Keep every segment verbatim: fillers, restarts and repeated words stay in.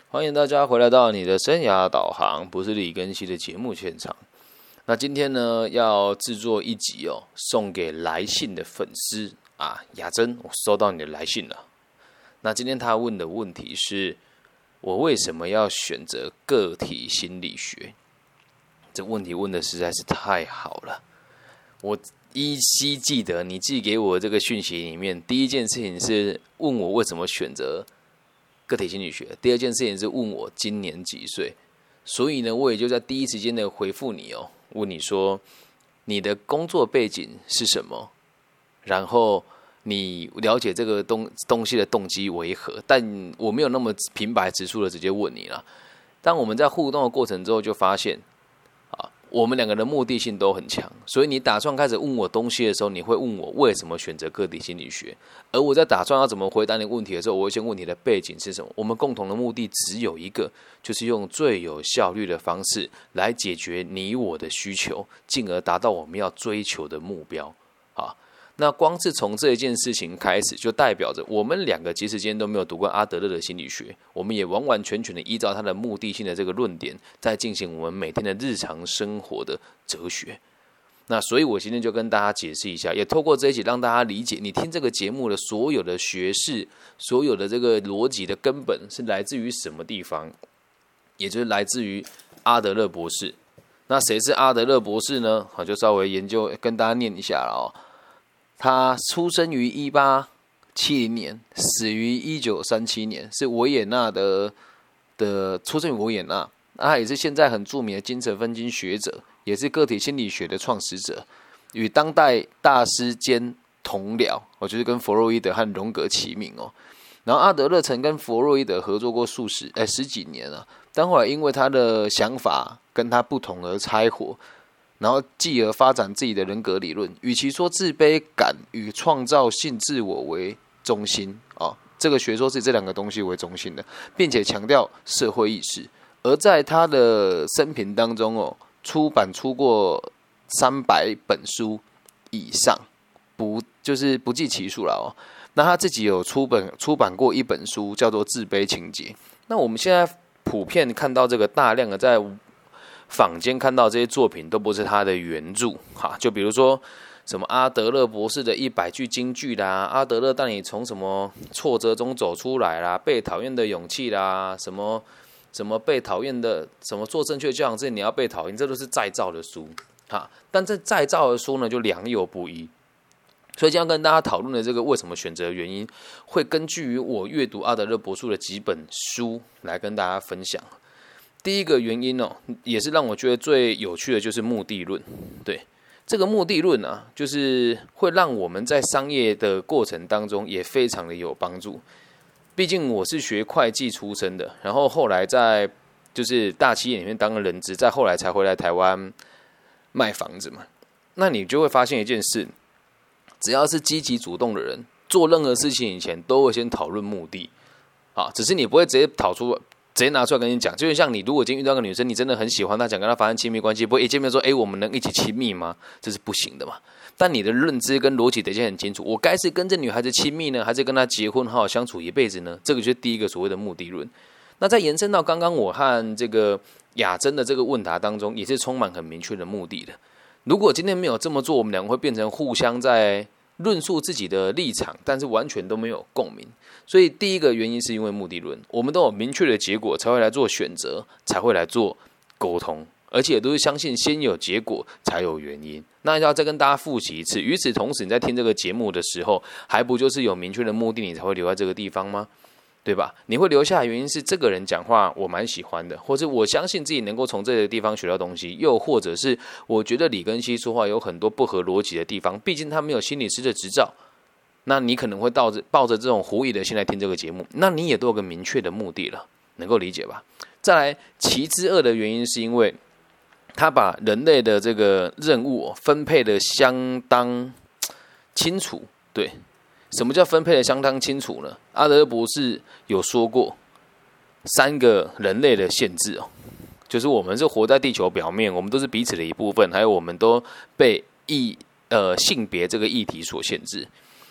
欢迎大家回来到你的生涯导航，不是李根熙的节目现场。那今天呢，要制作一集哦，送给来信的粉丝啊，雅珍，我收到你的来信了。那今天他问的问题是，我为什么要选择个体心理学？这问题问的实在是太好了。我依稀记得你寄给我这个讯息里面，第一件事情是问我为什么选择个体心理学，第二件事情是问我今年几岁。所以呢，我也就在第一时间的回复你哦，问你说你的工作背景是什么，然后你了解这个 东, 东西的动机为何。但我没有那么平白直述的直接问你了。当我们在互动的过程之后，就发现啊，我们两个的目的性都很强，所以你打算开始问我东西的时候，你会问我为什么选择个体心理学，而我在打算要怎么回答你问题的时候，我会先问你的背景是什么。我们共同的目的只有一个，就是用最有效率的方式来解决你我的需求，进而达到我们要追求的目标。好，那光是从这一件事情开始，就代表着我们两个即使今天都没有读过阿德勒的心理学，我们也完完全全的依照他的目的性的这个论点，在进行我们每天的日常生活的哲学。那所以我今天就跟大家解释一下，也透过这一集让大家理解，你听这个节目的所有的学识，所有的这个逻辑的根本是来自于什么地方，也就是来自于阿德勒博士。那谁是阿德勒博士呢？好，就稍微研究跟大家念一下了哦。他出生于一八七零年，死于一九三七年，是维也纳的的出生于维也纳。他也是现在很著名的精神分析学者，也是个体心理学的创始者，与当代大师兼同僚，我就是跟弗洛伊德和荣格齐名哦。然后阿德勒曾跟弗洛伊德合作过数十哎十几年了，但后来因为他的想法跟他不同而拆伙。然后继而发展自己的人格理论，与其说自卑感与创造性自我为中心、哦、这个学说是这两个东西为中心的，并且强调社会意识。而在他的生平当中、哦、出版出过三百本书以上，不就是不计其数了哦。那他自己有出本出版过一本书，叫做《自卑情结》。那我们现在普遍看到这个大量的在坊间看到这些作品都不是他的原著，哈，就比如说什么阿德勒博士的一百句金句啦，阿德勒带你从什么挫折中走出来啦，被讨厌的勇气啦，什么什么被讨厌的，什么做正确教养之前你要被讨厌，这都是再造的书，哈。但这再造的书呢，就良莠不一。所以今天要跟大家讨论的这个为什么选择的原因，会根据于我阅读阿德勒博士的几本书来跟大家分享。第一个原因哦，也是让我觉得最有趣的就是目的论。对，这个目的论啊，就是会让我们在商业的过程当中也非常的有帮助。毕竟我是学会计出身的，然后后来在就是大企业里面当了人资，再后来才回来台湾卖房子嘛。那你就会发现一件事，只要是积极主动的人，做任何事情以前都会先讨论目的，啊，只是你不会直接讨出。直接拿出来跟你讲，就是像你如果今天遇到一个女生，你真的很喜欢她，想跟她发生亲密关系，不会一见面说，哎，我们能一起亲密吗？这是不行的嘛。但你的认知跟逻辑得先很清楚，我该是跟这女孩子亲密呢，还是跟她结婚好好相处一辈子呢？这个就是第一个所谓的目的论。那再延伸到刚刚我和这个雅珍的这个问答当中，也是充满很明确的目的的。如果今天没有这么做，我们两个会变成互相在论述自己的立场，但是完全都没有共鸣。所以第一个原因是因为目的论，我们都有明确的结果才会来做选择，才会来做沟通，而且都是相信先有结果才有原因。那要再跟大家复习一次，与此同时你在听这个节目的时候，还不就是有明确的目的你才会留在这个地方吗？对吧？你会留下的原因是这个人讲话我蛮喜欢的，或者我相信自己能够从这个地方学到东西，又或者是我觉得李根熙说话有很多不合逻辑的地方，毕竟他没有心理师的执照。那你可能会抱着抱着这种狐疑的心来听这个节目，那你也都有个明确的目的了，能够理解吧？再来，其之二的原因是因为他把人类的这个任务分配的相当清楚。对，什么叫分配的相当清楚呢？阿德勒博士有说过三个人类的限制哦，就是我们是活在地球表面，我们都是彼此的一部分，还有我们都被异呃性别这个议题所限制。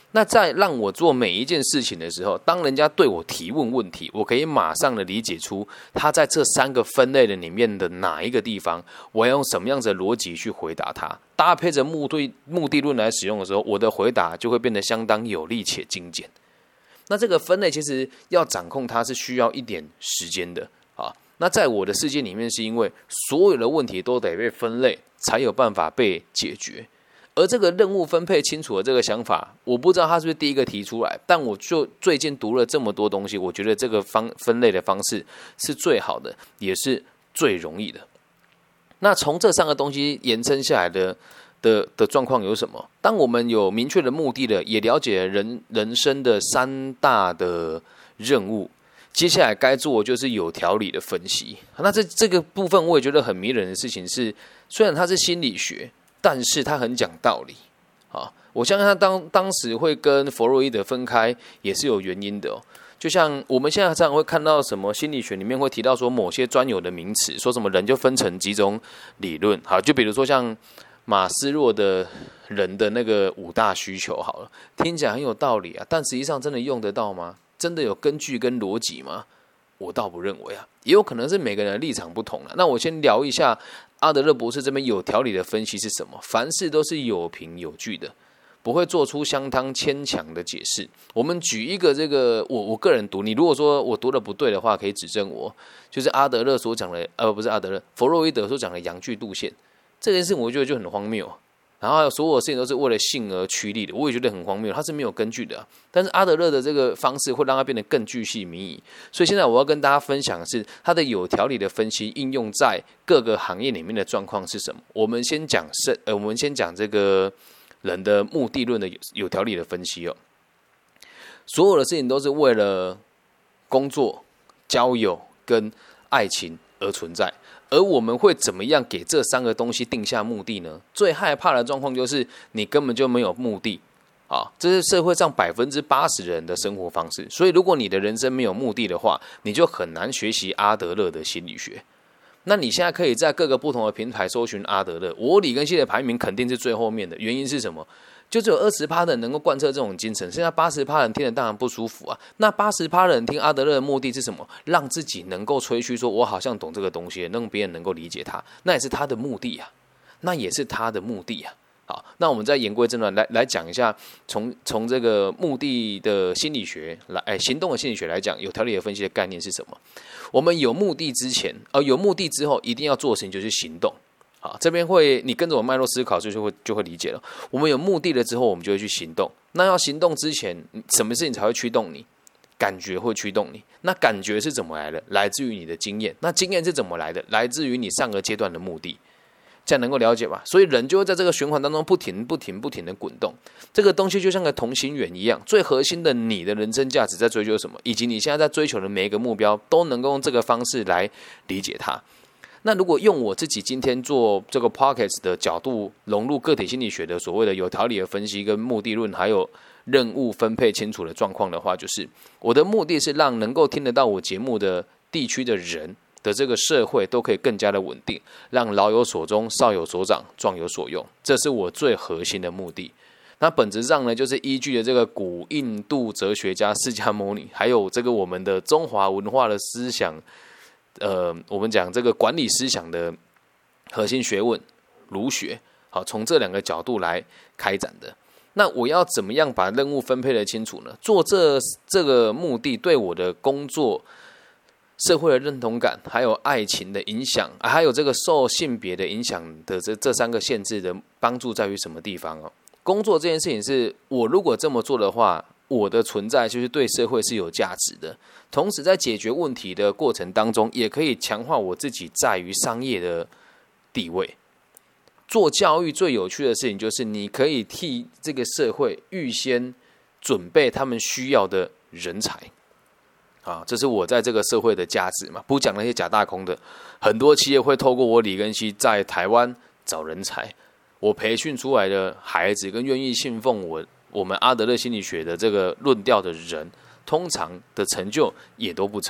那在让我做每一件事情的时候，当人家对我提问问题，我可以马上的理解出他在这三个分类的里面的哪一个地方，我要用什么样子的逻辑去回答他。搭配着目的目的论来使用的时候，我的回答就会变得相当有力且精简。那这个分类其实要掌控它是需要一点时间的啊。那在我的世界里面，是因为所有的问题都得被分类，才有办法被解决。而这个任务分配清楚的这个想法，我不知道他是不是第一个提出来，但我就最近读了这么多东西，我觉得这个方分类的方式是最好的，也是最容易的。那从这三个东西延伸下来的的的状况有什么？当我们有明确的目的了，也了解人人生的三大的任务，接下来该做的就是有条理的分析。那这这个部分我也觉得很迷人的事情是，虽然它是心理学，但是他很讲道理啊！我相信他当当时会跟弗洛伊德分开，也是有原因的哦。就像我们现在常常会看到什么心理学里面会提到说某些专有的名词，说什么人就分成几种理论。好，就比如说像马斯洛的人的那个五大需求，好了，听起来很有道理啊，但实际上真的用得到吗？真的有根据跟逻辑吗？我倒不认为啊，也有可能是每个人的立场不同了。那我先聊一下阿德勒博士这边有条理的分析是什么？凡事都是有凭有据的，不会做出相当牵强的解释。我们举一个这个，我我个人读，你如果说我读的不对的话，可以指正我。就是阿德勒所讲的，呃，不是阿德勒，弗洛伊德所讲的阳具度线这件事情，我觉得就很荒谬。然后所有事情都是为了性而趋利的，我也觉得很荒谬，它是没有根据的、啊。但是阿德勒的这个方式会让它变得更巨细靡遗，所以现在我要跟大家分享的是它的有条理的分析应用在各个行业里面的状况是什么。我们先讲是呃，我们先讲这个人的目的论的有有条理的分析哦。所有的事情都是为了工作、交友跟爱情而存在。而我们会怎么样给这三个东西定下目的呢？最害怕的状况就是你根本就没有目的啊！这是社会上百分之八十人的生活方式。所以，如果你的人生没有目的的话，你就很难学习阿德勒的心理学。那你现在可以在各个不同的平台搜寻阿德勒，我理根系的排名肯定是最后面的。原因是什么？就只有 百分之二十 的人能够贯彻这种精神，剩下 百分之八十 的人听得当然不舒服啊。那 百分之八十 的人听阿德勒的目的是什么？让自己能够吹嘘说我好像懂这个东西，让别人能够理解他，那也是他的目的啊，那也是他的目的啊。好，那我们再言归正传，来来讲一下，从从这个目的的心理学来，哎，行动的心理学来讲，有条理的分析的概念是什么？我们有目的之前，呃，有目的之后，一定要做的事情就是行动。好，这边会你跟着我脉络思考，就会就会理解了。我们有目的了之后，我们就会去行动。那要行动之前，什么事情才会驱动你？感觉会驱动你。那感觉是怎么来的？来自于你的经验。那经验是怎么来的？来自于你上个阶段的目的。这样能够了解吧？所以人就会在这个循环当中不停、不停、不停的滚动。这个东西就像个同心圆一样，最核心的你的人生价值在追求什么，以及你现在在追求的每一个目标，都能够用这个方式来理解它。那如果用我自己今天做这个 podcast 的角度融入个体心理学的所谓的有条理的分析跟目的论，还有任务分配清楚的状况的话，就是我的目的是让能够听得到我节目的地区的人的这个社会都可以更加的稳定，让老有所终，少有所长，壮有所用，这是我最核心的目的。那本质上呢，就是依据了这个古印度哲学家释迦牟尼，还有这个我们的中华文化的思想。呃，我们讲这个管理思想的核心学问儒学，好，从这两个角度来开展的。那我要怎么样把任务分配得清楚呢？做这这个目的对我的工作、社会的认同感，还有爱情的影响，啊、还有这个受性别的影响的这这三个限制的帮助在于什么地方哦？工作这件事情是我如果这么做的话，我的存在就是对社会是有价值的。同时，在解决问题的过程当中，也可以强化我自己在于商业的地位。做教育最有趣的事情，就是你可以替这个社会预先准备他们需要的人才。啊，这是我在这个社会的价值嘛？不讲那些假大空的，很多企业会透过我李根熙在台湾找人才，我培训出来的孩子跟愿意信奉我我们阿德勒心理学的这个论调的人。通常的成就也都不差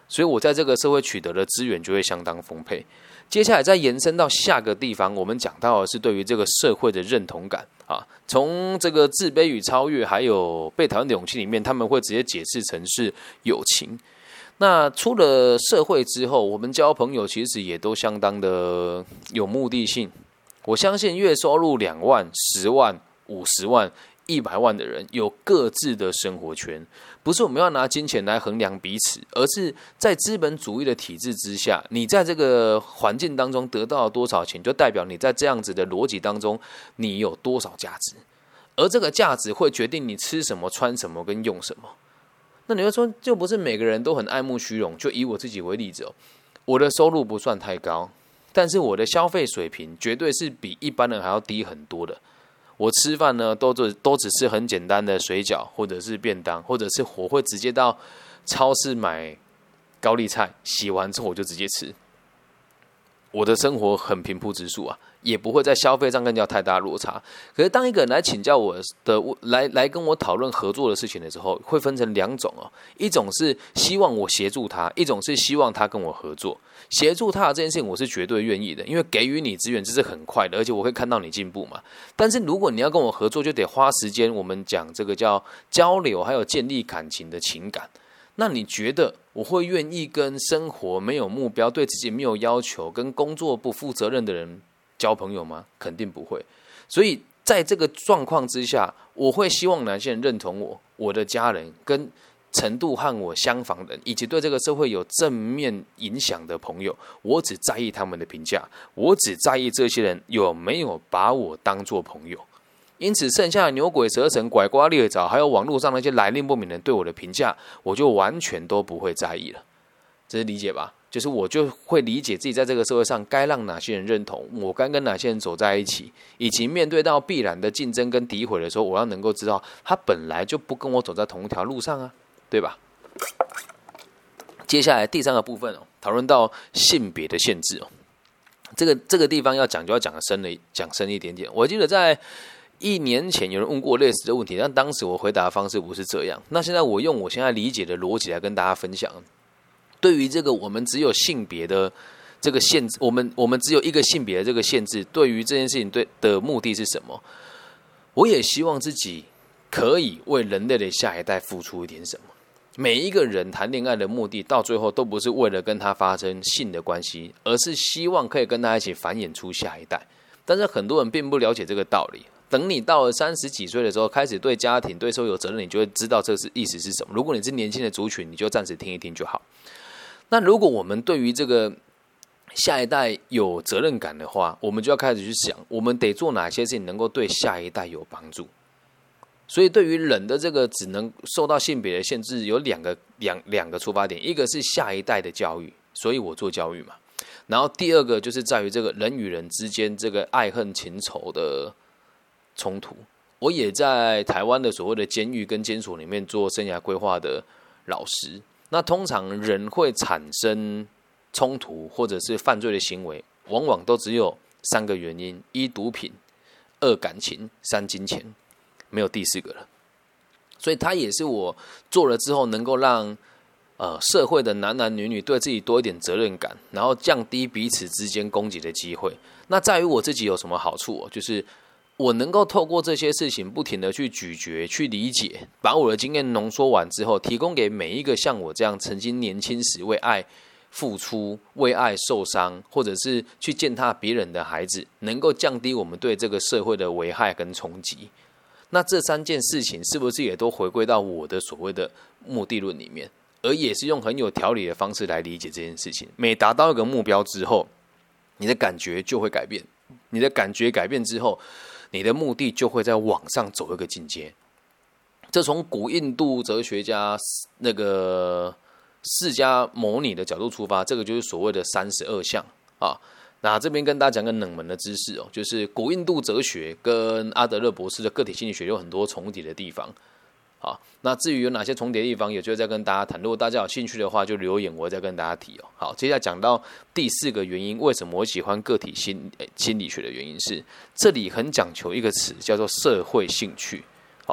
所以我在这个社会取得的资源就会相当丰沛。接下来再延伸到下个地方，我们讲到的是对于这个社会的认同感啊。从这个自卑与超越，还有被讨厌的勇气里面，他们会直接解释成是友情。那出了社会之后，我们交朋友其实也都相当的有目的性。我相信月收入两万、十万、五十万、一百万的人有各自的生活圈，不是我们要拿金钱来衡量彼此，而是在资本主义的体制之下，你在这个环境当中得到了多少钱，就代表你在这样子的逻辑当中，你有多少价值，而这个价值会决定你吃什么、穿什么跟用什么。那你会说，就不是每个人都很爱慕虚荣？就以我自己为例子哦，我的收入不算太高，但是我的消费水平绝对是比一般人还要低很多的。我吃饭呢，都只都只是很简单的水饺，或者是便当，或者是我会直接到超市买高丽菜，洗完之后我就直接吃。我的生活很平铺直述啊，也不会在消费上跟人家太大落差。可是当一个人来请教我的，来来跟我讨论合作的事情的时候，会分成两种哦，一种是希望我协助他，一种是希望他跟我合作。协助他的这件事情，我是绝对愿意的，因为给予你资源这是很快的，而且我会看到你进步嘛。但是如果你要跟我合作，就得花时间，我们讲这个叫交流，还有建立感情的情感。那你觉得我会愿意跟生活没有目标、对自己没有要求、跟工作不负责任的人交朋友吗？肯定不会。所以在这个状况之下，我会希望哪些人认同我，我的家人跟程度和我相仿的人，以及对这个社会有正面影响的朋友，我只在意他们的评价，我只在意这些人有没有把我当作朋友。因此剩下的牛鬼蛇神、拐瓜裂枣，还有网络上那些来历不明的人对我的评价，我就完全都不会在意了。这是理解吧？就是我就会理解自己在这个社会上该让哪些人认同，我该跟哪些人走在一起，以及面对到必然的竞争跟诋毁的时候，我要能够知道他本来就不跟我走在同一条路上啊，对吧？接下来第三个部分哦，讨论到性别的限制哦，这个这个地方要讲就要讲深了，讲深一点点。我记得在一年前有人问过类似的问题，但当时我回答的方式不是这样。那现在我用我现在理解的逻辑来跟大家分享。对于这个我们只有性别的这个限制，我们我们只有一个性别的这个限制，对于这件事情对的目的是什么？我也希望自己可以为人类的下一代付出一点什么。每一个人谈恋爱的目的，到最后都不是为了跟他发生性的关系，而是希望可以跟他一起繁衍出下一代。但是很多人并不了解这个道理。等你到了三十几岁的时候，开始对家庭、对社会有责任，你就会知道这是意思是什么。如果你是年轻的族群，你就暂时听一听就好。那如果我们对于这个下一代有责任感的话，我们就要开始去想，我们得做哪些事情能够对下一代有帮助。所以对于人的这个只能受到性别的限制，有两个两两个出发点，一个是下一代的教育，所以我做教育嘛。然后第二个就是在于这个人与人之间这个爱恨情仇的冲突。我也在台湾的所谓的监狱跟监所里面做生涯规划的老师。那通常人会产生冲突或者是犯罪的行为，往往都只有三个原因：一毒品，二感情，三金钱，没有第四个了。所以它也是我做了之后能够让呃社会的男男女女对自己多一点责任感，然后降低彼此之间攻击的机会。那在于我自己有什么好处哦？就是我能够透过这些事情不停的去咀嚼、去理解，把我的经验浓缩完之后，提供给每一个像我这样曾经年轻时为爱付出、为爱受伤，或者是去践踏别人的孩子，能够降低我们对这个社会的危害跟冲击。那这三件事情是不是也都回归到我的所谓的目的论里面，而也是用很有条理的方式来理解这件事情？每达到一个目标之后，你的感觉就会改变，你的感觉改变之后，你的目的就会在往上走一个境界。这从古印度哲学家那个释迦牟尼的角度出发，这个就是所谓的三十二相啊。那这边跟大家讲个冷门的知识哦，就是古印度哲学跟阿德勒博士的个体心理学有很多重叠的地方。好，那至于有哪些重叠的地方，有机会再跟大家谈。如果大家有兴趣的话，就留言，我会再跟大家提哦。好，接下来讲到第四个原因，为什么我喜欢个体心心理学的原因是，这里很讲求一个词叫做社会兴趣。好，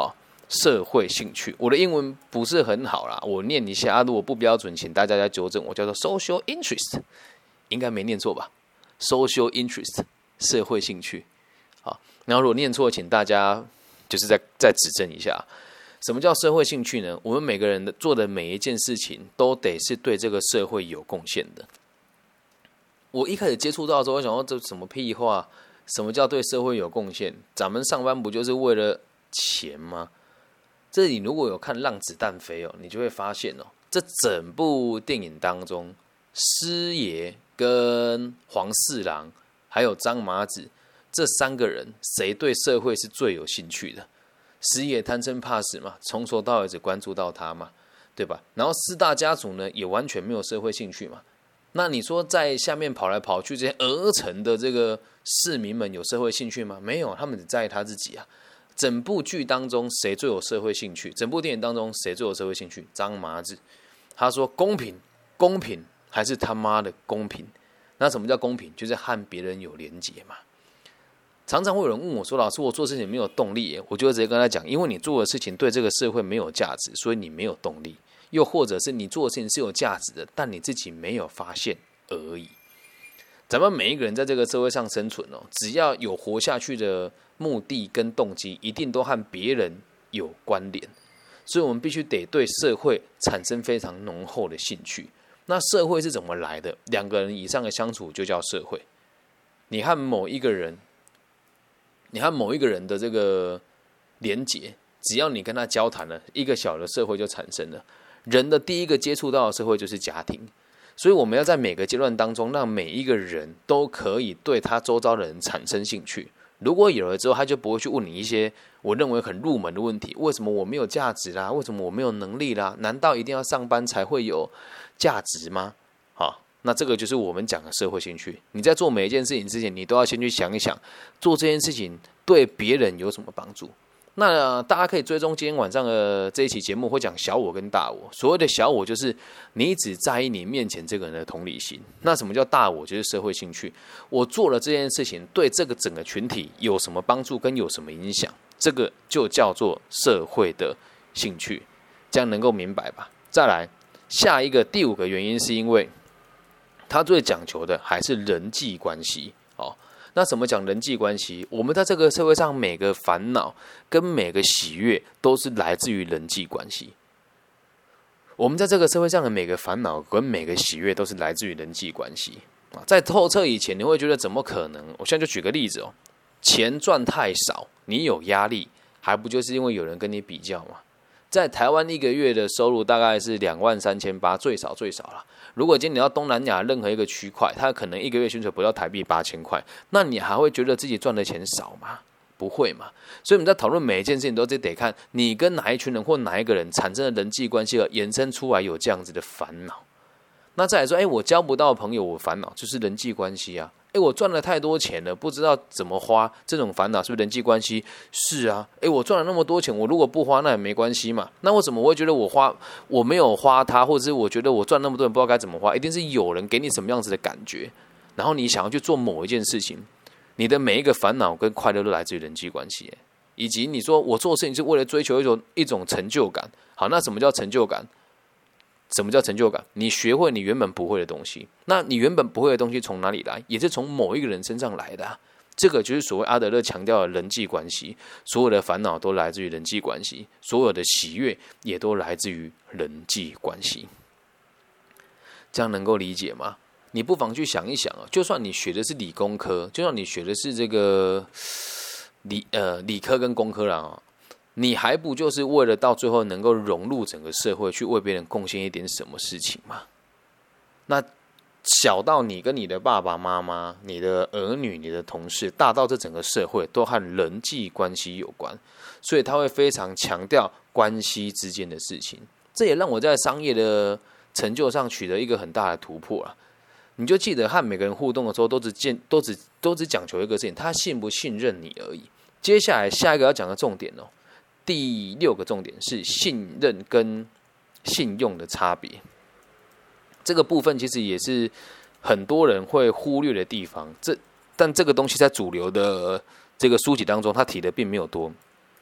社会兴趣。我的英文不是很好啦，我念一下，如果不标准，请大家来纠正我。叫做 social interest， 应该没念错吧 ？social interest， 社会兴趣。好，然后如果念错，请大家就是再再指正一下。什么叫社会兴趣呢？我们每个人的做的每一件事情，都得是对这个社会有贡献的。我一开始接触到的时候，我想说这什么屁话？什么叫对社会有贡献？咱们上班不就是为了钱吗？这里如果有看《让子弹飞》哦，你就会发现哦，这整部电影当中，师爷跟黄四郎还有张麻子这三个人，谁对社会是最有兴趣的？师爷贪生怕死嘛，从头到尾只关注到他嘛，对吧？然后四大家族呢，也完全没有社会兴趣嘛。那你说在下面跑来跑去这些鹅城的这个市民们有社会兴趣吗？没有，他们只在意他自己啊。整部剧当中谁最有社会兴趣？整部电影当中谁最有社会兴趣？张麻子，他说公平，公平还是他妈的公平？那什么叫公平？就是和别人有连结嘛。常常会有人问我说：“老师，我做事情没有动力耶。”我就会直接跟他讲：因为你做的事情对这个社会没有价值，所以你没有动力。又或者是你做的事情是有价值的，但你自己没有发现而已。咱们每一个人在这个社会上生存哦，只要有活下去的目的跟动机，一定都和别人有关联。所以我们必须得对社会产生非常浓厚的兴趣。那社会是怎么来的？两个人以上的相处就叫社会。你和某一个人，你和某一个人的这个连结，只要你跟他交谈了，一个小的社会就产生了。人的第一个接触到的社会就是家庭，所以我们要在每个阶段当中，让每一个人都可以对他周遭的人产生兴趣。如果有了之后，他就不会去问你一些我认为很入门的问题：为什么我没有价值啦？为什么我没有能力啦？难道一定要上班才会有价值吗？好，那这个就是我们讲的社会兴趣。你在做每一件事情之前，你都要先去想一想，做这件事情对别人有什么帮助。那、呃、大家可以追踪今天晚上的这一期节目，会讲小我跟大我。所谓的小我，就是你只在意你面前这个人的同理心。那什么叫大我？就是社会兴趣。我做了这件事情，对这个整个群体有什么帮助跟有什么影响，这个就叫做社会的兴趣。这样能够明白吧？再来，下一个第五个原因是因为他最讲求的还是人际关系。哦。那什么讲人际关系？我们在这个社会上，每个烦恼跟每个喜悦都是来自于人际关系。我们在这个社会上的每个烦恼跟每个喜悦都是来自于人际关系。在透彻以前，你会觉得怎么可能？我现在就举个例子哦，钱赚太少，你有压力，还不就是因为有人跟你比较吗？在台湾一个月的收入大概是两万三千八，最少最少了。如果今天你到东南亚任何一个区块，他可能一个月薪水不到台币八千块，那你还会觉得自己赚的钱少吗？不会嘛。所以我们在讨论每一件事情，都得看你跟哪一群人或哪一个人产生的人际关系，而延伸出来有这样子的烦恼。那再来说，哎，我交不到朋友，我烦恼就是人际关系啊。哎，我赚了太多钱了，不知道怎么花，这种烦恼是不是人际关系？是啊。哎，我赚了那么多钱，我如果不花，那也没关系嘛。那为什么我会觉得我花我没有花它，或者是我觉得我赚那么多钱不知道该怎么花？一定是有人给你什么样子的感觉，然后你想要去做某一件事情，你的每一个烦恼跟快乐都来自于人际关系，以及你说我做事情是为了追求一种一种成就感。好，那什么叫成就感？什么叫成就感？你学会你原本不会的东西，那你原本不会的东西从哪里来？也是从某一个人身上来的啊。这个就是所谓阿德勒强调的人际关系，所有的烦恼都来自于人际关系，所有的喜悦也都来自于人际关系。这样能够理解吗？你不妨去想一想啊，就算你学的是理工科，就算你学的是这个理呃理科跟工科啦啊。你还不就是为了到最后能够融入整个社会，去为别人贡献一点什么事情吗？那小到你跟你的爸爸妈妈、你的儿女、你的同事，大到这整个社会都和人际关系有关，所以他会非常强调关系之间的事情。这也让我在商业的成就上取得一个很大的突破啊！你就记得和每个人互动的时候，都只见都只都只讲求一个事情，他信不信任你而已。接下来下一个要讲的重点哦。第六个重点是信任跟信用的差别，这个部分其实也是很多人会忽略的地方。这但这个东西在主流的这个书籍当中，他提的并没有多。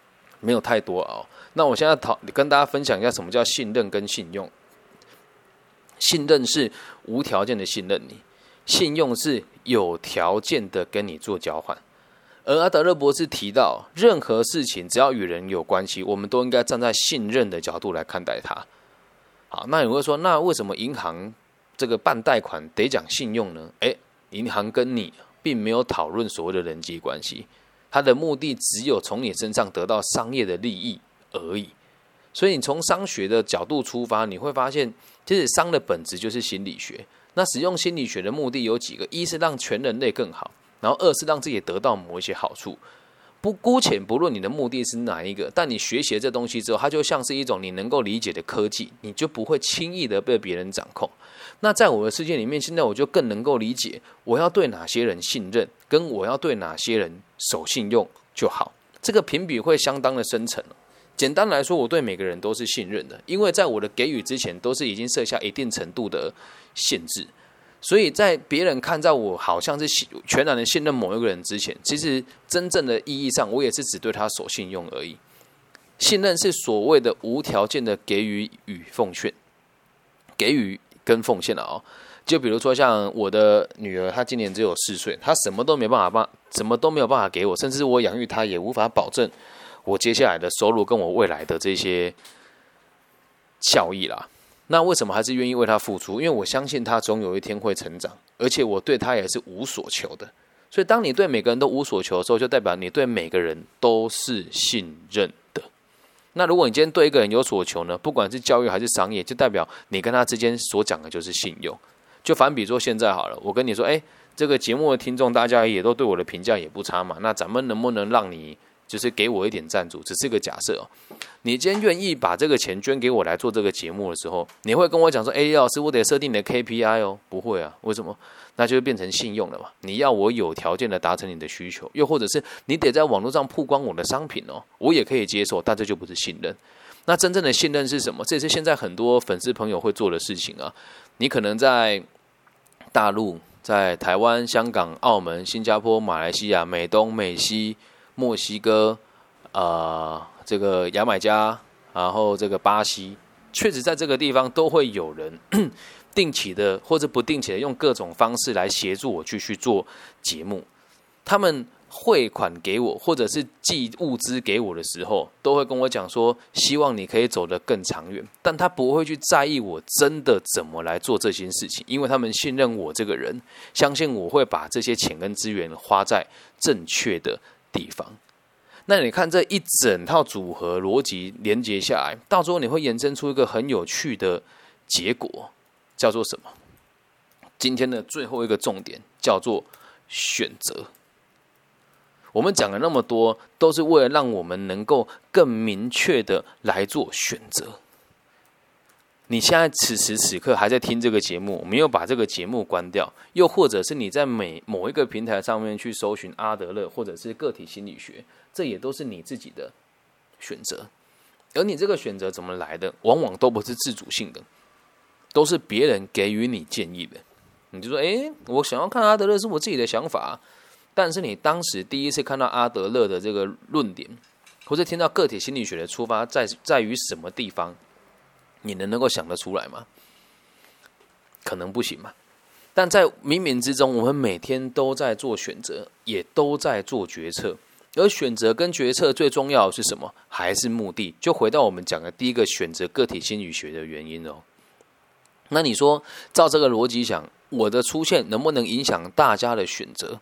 没有太多哦。那我现在讨跟大家分享一下什么叫信任跟信用。信任是无条件的信任你，信用是有条件的跟你做交换。而阿德勒博士提到，任何事情只要与人有关系，我们都应该站在信任的角度来看待它。好，那你会说，那为什么银行这个办贷款得讲信用呢？诶，银行跟你并没有讨论所谓的人际关系，它的目的只有从你身上得到商业的利益而已。所以你从商学的角度出发，你会发现其实商的本质就是心理学。那使用心理学的目的有几个，一是让全人类更好，然后二是让自己得到某一些好处。不姑且不论你的目的是哪一个，但你学习了这东西之后，它就像是一种你能够理解的科技，你就不会轻易的被别人掌控。那在我的世界里面，现在我就更能够理解我要对哪些人信任，跟我要对哪些人守信用就好。这个评比会相当的深沉。简单来说，我对每个人都是信任的，因为在我的给予之前，都是已经设下一定程度的限制。所以在别人看到我好像是全然的信任某一个人之前，其实真正的意义上，我也是只对他守信用而已。信任是所谓的无条件的给予与奉献，给予跟奉献了哦。就比如说像我的女儿，她今年只有四岁，她什么都没办法，什么都没有办法给我，甚至我养育她也无法保证我接下来的收入跟我未来的这些效益啦。那为什么还是愿意为他付出？因为我相信他总有一天会成长，而且我对他也是无所求的。所以当你对每个人都无所求的时候，就代表你对每个人都是信任的。那如果你今天对一个人有所求呢，不管是教育还是商业，就代表你跟他之间所讲的就是信用。就反比说现在好了，我跟你说，哎，这个节目的听众大家也都对我的评价也不差嘛，那咱们能不能让你就是给我一点赞助？只是个假设哦。你今天愿意把这个钱捐给我来做这个节目的时候，你会跟我讲说，哎，老师，我得设定你的 K P I 哦。不会啊，为什么？那就会变成信用了嘛。你要我有条件的达成你的需求，又或者是你得在网络上曝光我的商品哦，我也可以接受，但这就不是信任。那真正的信任是什么？这也是现在很多粉丝朋友会做的事情啊。你可能在大陆、在台湾、香港、澳门、新加坡、马来西亚、美东、美西、墨西哥，呃，这个牙买加，然后这个巴西，确实在这个地方都会有人定期的或者不定期的用各种方式来协助我继续做节目。他们汇款给我，或者是寄物资给我的时候，都会跟我讲说，希望你可以走得更长远。但他不会去在意我真的怎么来做这件事情，因为他们信任我这个人，相信我会把这些钱跟资源花在正确的地方。那你看这一整套组合逻辑连接下来，到最后你会延伸出一个很有趣的结果，叫做什么？今天的最后一个重点叫做选择。我们讲了那么多，都是为了让我们能够更明确的来做选择。你现在此时此刻还在听这个节目，没有把这个节目关掉，又或者是你在每某一个平台上面去搜寻阿德勒或者是个体心理学，这也都是你自己的选择。而你这个选择怎么来的，往往都不是自主性的，都是别人给予你建议的。你就说，诶，我想要看阿德勒是我自己的想法，但是你当时第一次看到阿德勒的这个论点，或者听到个体心理学的出发在在于什么地方，你能能够想得出来吗？可能不行嘛。但在冥冥之中，我们每天都在做选择，也都在做决策。而选择跟决策最重要的是什么？还是目的。就回到我们讲的第一个选择个体心理学的原因哦。那你说，照这个逻辑想，我的出现能不能影响大家的选择？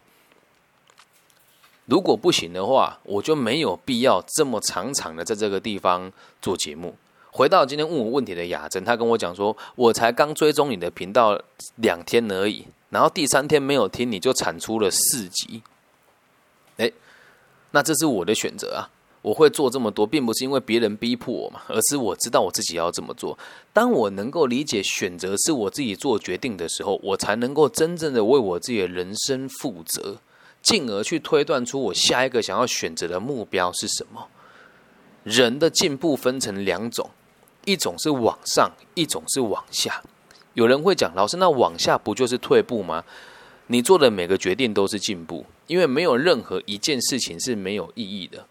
如果不行的话，我就没有必要这么长长的在这个地方做节目。回到今天问我问题的雅珍，她跟我讲说，我才刚追踪你的频道两天而已，然后第三天没有听，你就产出了四集。哎，那这是我的选择啊！我会做这么多，并不是因为别人逼迫我嘛，而是我知道我自己要这么做。当我能够理解选择是我自己做决定的时候，我才能够真正的为我自己的人生负责，进而去推断出我下一个想要选择的目标是什么。人的进步分成两种，一种是往上，一种是往下。有人会讲，老师，那往下不就是退步吗？你做的每个决定都是进步，因为没有任何一件事情是没有意义的。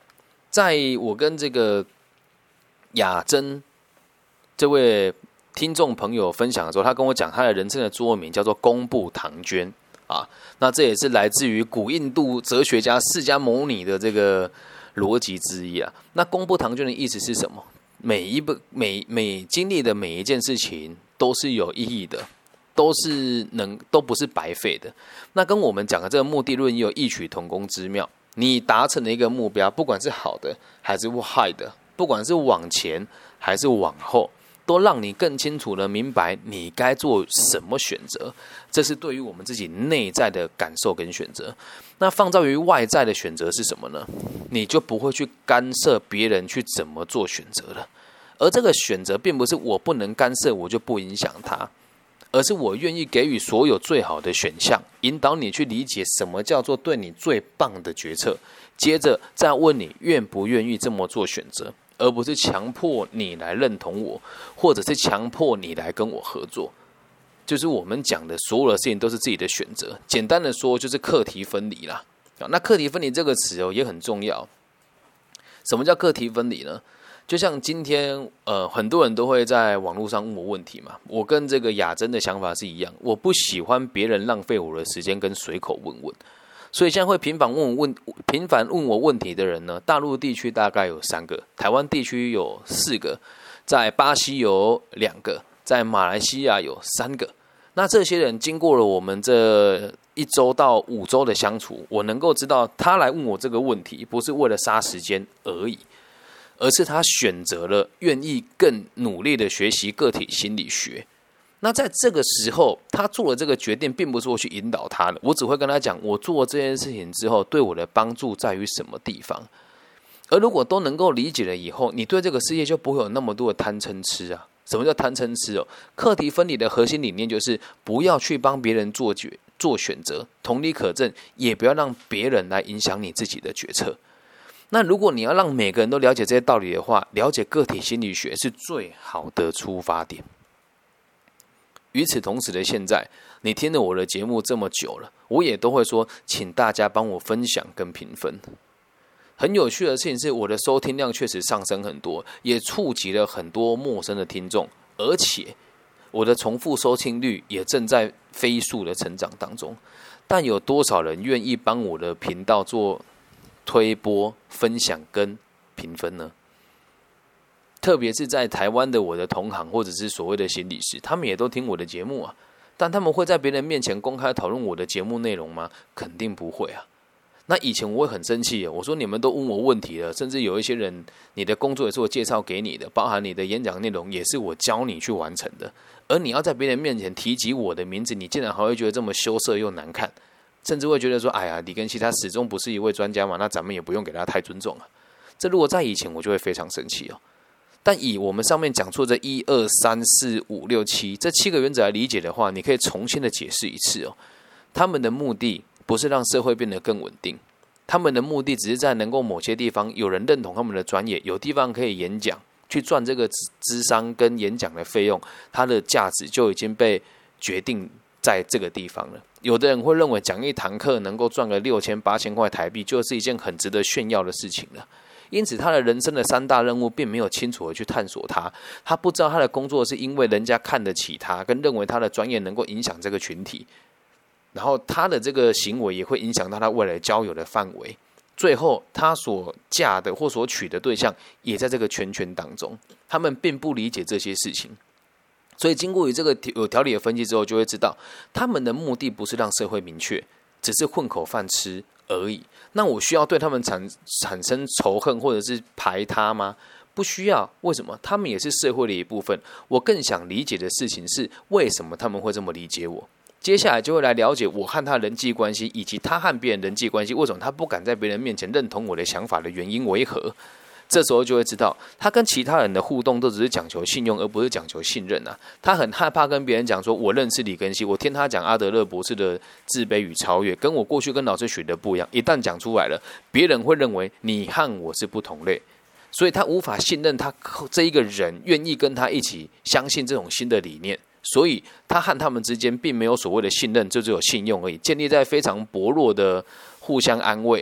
在我跟这个雅珍这位听众朋友分享的时候，他跟我讲他的人生的座右铭叫做公布唐捐啊，那这也是来自于古印度哲学家释迦牟尼的这个逻辑之一啊。那公布唐捐的意思是什么？每一步每每经历的每一件事情都是有意义的，都是能都不是白费的。那跟我们讲的这个目的论也有异曲同工之妙。你达成了一个目标，不管是好的还是坏的，不管是往前还是往后，都让你更清楚的明白你该做什么选择。这是对于我们自己内在的感受跟选择。那放在于外在的选择是什么呢？你就不会去干涉别人去怎么做选择了。而这个选择并不是我不能干涉，我就不影响他，而是我愿意给予所有最好的选项，引导你去理解什么叫做对你最棒的决策，接着再问你愿不愿意这么做选择，而不是强迫你来认同我，或者是强迫你来跟我合作。就是我们讲的所有的事情都是自己的选择，简单的说就是课题分离啦。那课题分离这个词哦也很重要。什么叫课题分离呢？就像今天，呃，很多人都会在网络上问我问题嘛。我跟这个雅珍的想法是一样，我不喜欢别人浪费我的时间跟随口问问，所以现在会频繁问我问频繁问我问题的人呢，大陆地区大概有三个，台湾地区有四个，在巴西有两个，在马来西亚有三个。那这些人经过了我们这一周到五周的相处，我能够知道他来问我这个问题，不是为了杀时间而已。而是他选择了愿意更努力的学习个体心理学。那在这个时候，他做了这个决定，并不是我去引导他的，我只会跟他讲，我做这件事情之后，对我的帮助在于什么地方。而如果都能够理解了以后，你对这个世界就不会有那么多的贪嗔痴啊。什么叫贪嗔痴哦？课题分离的核心理念就是不要去帮别人做决做选择，同理可证，也不要让别人来影响你自己的决策。那如果你要让每个人都了解这些道理的话，了解个体心理学是最好的出发点。与此同时的现在，你听了我的节目这么久了，我也都会说，请大家帮我分享跟评分。很有趣的事情是，我的收听量确实上升很多，也触及了很多陌生的听众，而且我的重复收听率也正在飞速的成长当中。但有多少人愿意帮我的频道做推播、分享跟评分呢？特别是在台湾的我的同行或者是所谓的心理师，他们也都听我的节目啊，但他们会在别人面前公开讨论我的节目内容吗？肯定不会啊。那以前我会很生气，我说你们都问我问题了，甚至有一些人，你的工作也是我介绍给你的，包含你的演讲内容也是我教你去完成的，而你要在别人面前提及我的名字，你竟然还会觉得这么羞涩又难看。甚至会觉得说，哎呀，李根熙他始终不是一位专家嘛，那咱们也不用给他太尊重啊。这如果在以前，我就会非常生气哦。但以我们上面讲出这一二三四五六七这七个原则来理解的话，你可以重新的解释一次哦。他们的目的不是让社会变得更稳定，他们的目的只是在能够某些地方有人认同他们的专业，有地方可以演讲，去赚这个咨商跟演讲的费用，它的价值就已经被决定在这个地方了。有的人会认为讲一堂课能够赚个六千八千块台币，就是一件很值得炫耀的事情了。因此，他的人生的三大任务并没有清楚的去探索他，他不知道他的工作是因为人家看得起他，跟认为他的专业能够影响这个群体，然后他的这个行为也会影响到他未来交友的范围。最后，他所嫁的或所娶的对象也在这个圈圈当中，他们并不理解这些事情。所以经过于这个有条理的分析之后，就会知道他们的目的不是让社会明确，只是混口饭吃而已。那我需要对他们 产, 产生仇恨或者是排他吗？不需要。为什么？他们也是社会的一部分。我更想理解的事情是，为什么他们会这么理解我？接下来就会来了解我和他人际关系，以及他和别人人际关系，为什么他不敢在别人面前认同我的想法的原因为何？这时候就会知道，他跟其他人的互动都只是讲求信用，而不是讲求信任啊。他很害怕跟别人讲说，我认识李根熙，我听他讲阿德勒博士的自卑与超越，跟我过去跟老师学的不一样。一旦讲出来了，别人会认为你和我是不同类，所以他无法信任他这一个人愿意跟他一起相信这种新的理念。所以他和他们之间并没有所谓的信任，就只有信用而已，建立在非常薄弱的互相安慰，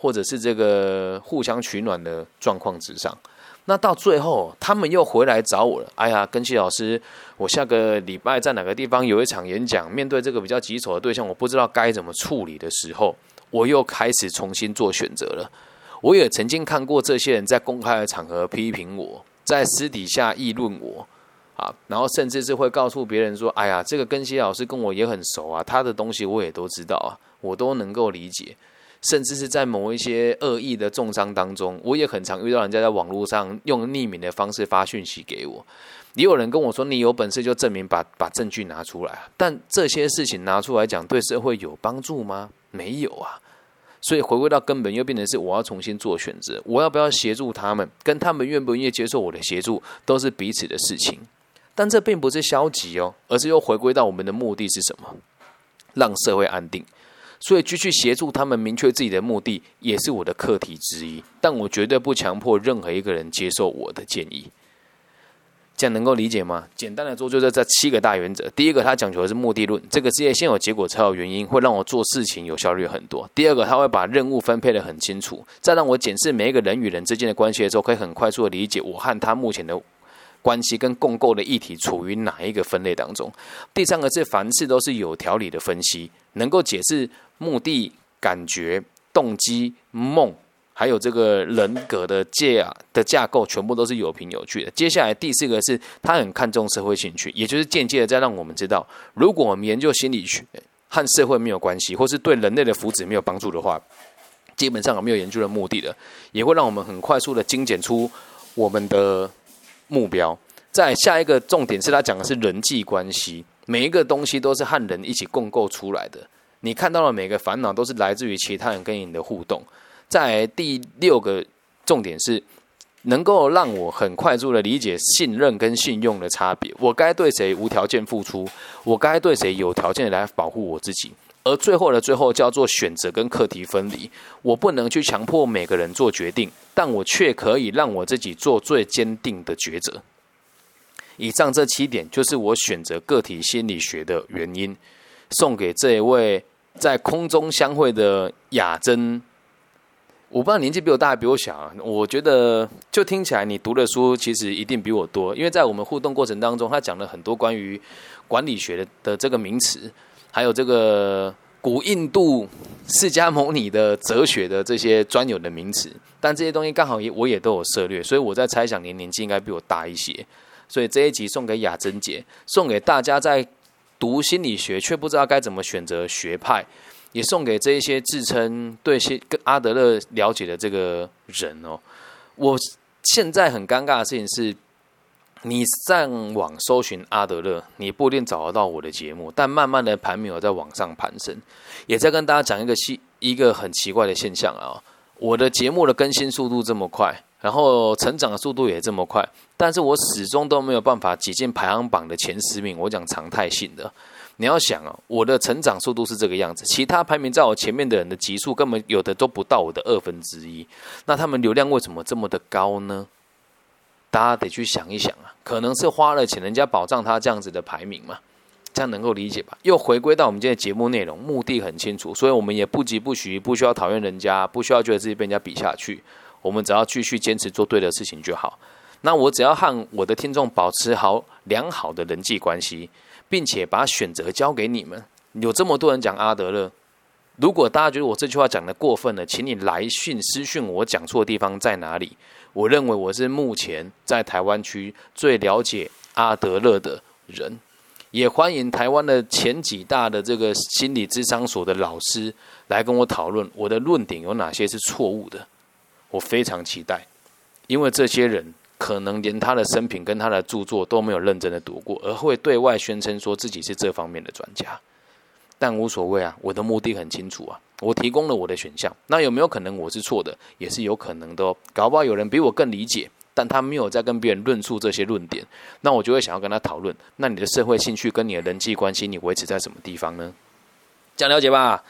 或者是这个互相取暖的状况之上。那到最后他们又回来找我了，哎呀，根希老师，我下个礼拜在哪个地方有一场演讲，面对这个比较棘手的对象，我不知道该怎么处理的时候，我又开始重新做选择了。我也曾经看过这些人在公开的场合批评我，在私底下议论我啊，然后甚至是会告诉别人说，哎呀，这个根希老师跟我也很熟啊，他的东西我也都知道啊，我都能够理解。甚至是在某一些恶意的重伤当中，我也很常遇到人家在网络上用匿名的方式发讯息给我，也有人跟我说，你有本事就证明把把证据拿出来。但这些事情拿出来讲，对社会有帮助吗？没有啊。所以回归到根本，又变成是我要重新做选择，我要不要协助他们，跟他们愿不愿意接受我的协助，都是彼此的事情。但这并不是消极哦，而是又回归到我们的目的是什么？让社会安定。所以继续协助他们明确自己的目的，也是我的课题之一。但我绝对不强迫任何一个人接受我的建议。这样能够理解吗？简单的说，就是这七个大原则。第一个，他讲求的是目的论，这个世界先有结果才有原因，会让我做事情有效率很多。第二个，他会把任务分配得很清楚，再让我检视每一个人与人之间的关系的时候，可以很快速的理解我和他目前的关系跟共构的议题处于哪一个分类当中。第三个是凡事都是有条理的分析，能够解释目的、感觉、动机、梦，还有这个人格的架的架构，全部都是有凭有据的。接下来第四个是他很看重社会兴趣，也就是间接的在让我们知道，如果我们研究心理学和社会没有关系，或是对人类的福祉没有帮助的话，基本上没有研究的目的的，也会让我们很快速的精简出我们的目标。再下一个重点是他讲的是人际关系，每一个东西都是和人一起共构出来的。你看到的每个烦恼都是来自于其他人跟你的互动。再来第六个重点是能够让我很快速的理解信任跟信用的差别，我该对谁无条件付出，我该对谁有条件的来保护我自己。而最后的最后叫做选择跟课题分离，我不能去强迫每个人做决定，但我却可以让我自己做最坚定的抉择。以上这七点就是我选择个体心理学的原因，送给这一位在空中相会的雅珍。我不知道年纪比我大还比我小，我觉得就听起来你读的书其实一定比我多，因为在我们互动过程当中，他讲了很多关于管理学 的, 的这个名词，还有这个古印度释迦牟尼的哲学的这些专有的名词，但这些东西刚好也我也都有涉猎，所以我在猜想你年纪应该比我大一些。所以这一集送给雅珍姐，送给大家在读心理学却不知道该怎么选择学派，也送给这一些自称对阿德勒了解的这个人哦。我现在很尴尬的事情是，你上网搜寻阿德勒，你不一定找得到我的节目，但慢慢的排名有在往上攀升。也在跟大家讲一个一个很奇怪的现象啊，我的节目的更新速度这么快，然后成长的速度也这么快，但是我始终都没有办法挤进排行榜的前十名。我讲常态性的。你要想啊，我的成长速度是这个样子，其他排名在我前面的人的集数根本有的都不到我的二分之一，那他们流量为什么这么的高呢？大家得去想一想啊，可能是花了钱人家保障他这样子的排名嘛，这样能够理解吧？又回归到我们今天的节目内容，目的很清楚，所以我们也不急不徐，不需要讨厌人家，不需要觉得自己被人家比下去，我们只要继续坚持做对的事情就好。那我只要和我的听众保持好良好的人际关系，并且把选择交给你们。有这么多人讲阿德勒，如果大家觉得我这句话讲得过分了，请你来讯私讯我讲错的地方在哪里。我认为我是目前在台湾区最了解阿德勒的人，也欢迎台湾的前几大的这个心理咨商所的老师来跟我讨论我的论点有哪些是错误的。我非常期待，因为这些人可能连他的生平跟他的著作都没有认真的读过，而会对外宣称说自己是这方面的专家。但无所谓啊，我的目的很清楚啊，我提供了我的选项。那有没有可能我是错的？也是有可能的哦。搞不好有人比我更理解，但他没有在跟别人论述这些论点，那我就会想要跟他讨论，那你的社会兴趣跟你的人际关系，你维持在什么地方呢？这样了解吧？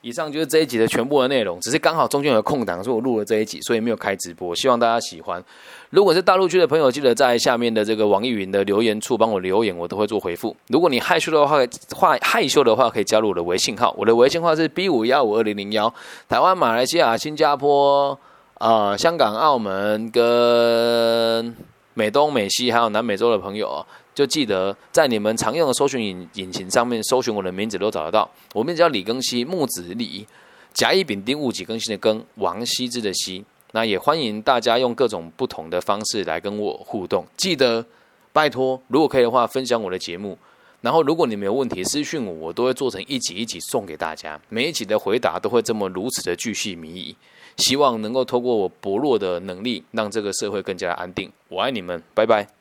以上就是这一集的全部的内容，只是刚好中间有空档，所以我录了这一集，所以没有开直播，希望大家喜欢。如果是大陆区的朋友，记得在下面的这个网易云的留言处帮我留言，我都会做回复。如果你害羞的话，话害羞的话可以加入我的微信号，我的微信号是 B 五一五二零零一，台湾、马来西亚、新加坡、呃、香港、澳门跟美东、美西还有南美洲的朋友哦，就记得在你们常用的搜寻引引擎上面搜寻我的名字都找得到。我名字叫李庚希，木子李，甲乙丙丁戊己庚辛的庚，王羲之的羲。那也欢迎大家用各种不同的方式来跟我互动。记得拜托，如果可以的话，分享我的节目。然后，如果你们有问题私讯我，我都会做成一集一集送给大家。每一集的回答都会这么如此的巨细靡遗。希望能够透过我薄弱的能力，让这个社会更加安定。我爱你们，拜拜。